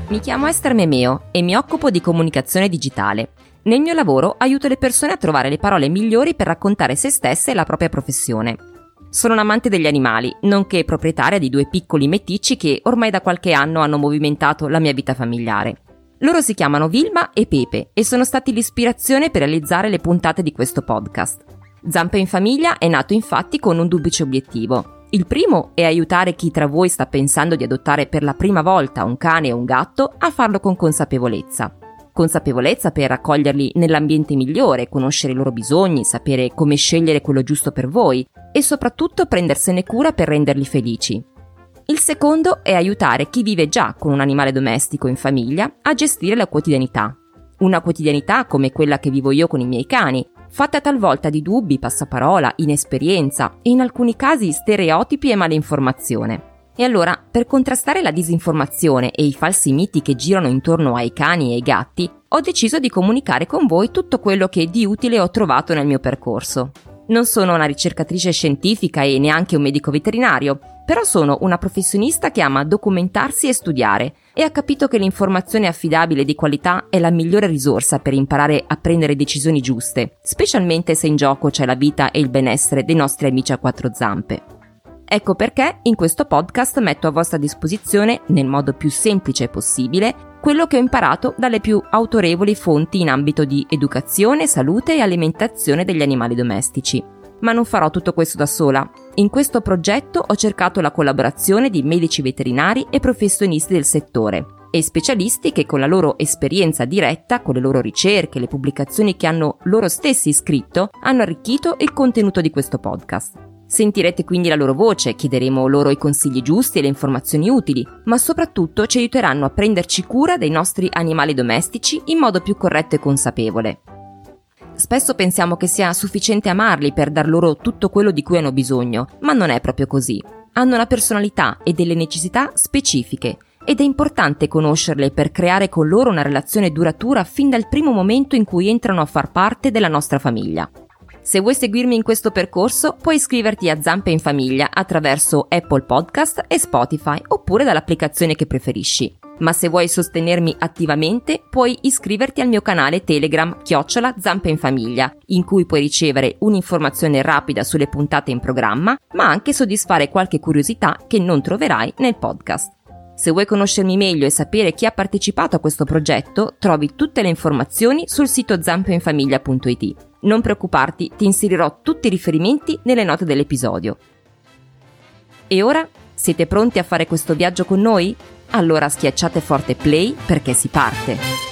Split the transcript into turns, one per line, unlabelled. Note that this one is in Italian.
Mi chiamo Ester Memeo e mi occupo di comunicazione digitale. Nel mio lavoro aiuto le persone a trovare le parole migliori per raccontare se stesse e la propria professione. Sono un amante degli animali, nonché proprietaria di 2 piccoli meticci che ormai da qualche anno hanno movimentato la mia vita familiare. Loro si chiamano Vilma e Pepe e sono stati l'ispirazione per realizzare le puntate di questo podcast. Zampe in Famiglia è nato infatti con un duplice obiettivo. Il primo è aiutare chi tra voi sta pensando di adottare per la prima volta un cane o un gatto a farlo con consapevolezza. Consapevolezza per accoglierli nell'ambiente migliore, conoscere i loro bisogni, sapere come scegliere quello giusto per voi e soprattutto prendersene cura per renderli felici. Il secondo è aiutare chi vive già con un animale domestico in famiglia a gestire la quotidianità. Una quotidianità come quella che vivo io con i miei cani, fatta talvolta di dubbi, passaparola, inesperienza e in alcuni casi stereotipi e malinformazione. E allora, per contrastare la disinformazione e i falsi miti che girano intorno ai cani e ai gatti, ho deciso di comunicare con voi tutto quello che di utile ho trovato nel mio percorso. Non sono una ricercatrice scientifica e neanche un medico veterinario, però sono una professionista che ama documentarsi e studiare e ha capito che l'informazione affidabile e di qualità è la migliore risorsa per imparare a prendere decisioni giuste, specialmente se in gioco c'è la vita e il benessere dei nostri amici a 4 zampe. Ecco perché in questo podcast metto a vostra disposizione, nel modo più semplice possibile, quello che ho imparato dalle più autorevoli fonti in ambito di educazione, salute e alimentazione degli animali domestici. Ma non farò tutto questo da sola. In questo progetto ho cercato la collaborazione di medici veterinari e professionisti del settore e specialisti che con la loro esperienza diretta, con le loro ricerche, le pubblicazioni che hanno loro stessi scritto, hanno arricchito il contenuto di questo podcast. Sentirete quindi la loro voce, chiederemo loro i consigli giusti e le informazioni utili, ma soprattutto ci aiuteranno a prenderci cura dei nostri animali domestici in modo più corretto e consapevole. Spesso pensiamo che sia sufficiente amarli per dar loro tutto quello di cui hanno bisogno, ma non è proprio così. Hanno una personalità e delle necessità specifiche ed è importante conoscerle per creare con loro una relazione duratura fin dal primo momento in cui entrano a far parte della nostra famiglia. Se vuoi seguirmi in questo percorso, puoi iscriverti a Zampe in Famiglia attraverso Apple Podcast e Spotify oppure dall'applicazione che preferisci. Ma se vuoi sostenermi attivamente, puoi iscriverti al mio canale Telegram @Zampe in Famiglia, in cui puoi ricevere un'informazione rapida sulle puntate in programma, ma anche soddisfare qualche curiosità che non troverai nel podcast. Se vuoi conoscermi meglio e sapere chi ha partecipato a questo progetto, trovi tutte le informazioni sul sito zampeinfamiglia.it. Non preoccuparti, ti inserirò tutti i riferimenti nelle note dell'episodio. E ora? Siete pronti a fare questo viaggio con noi? Allora schiacciate forte play perché si parte!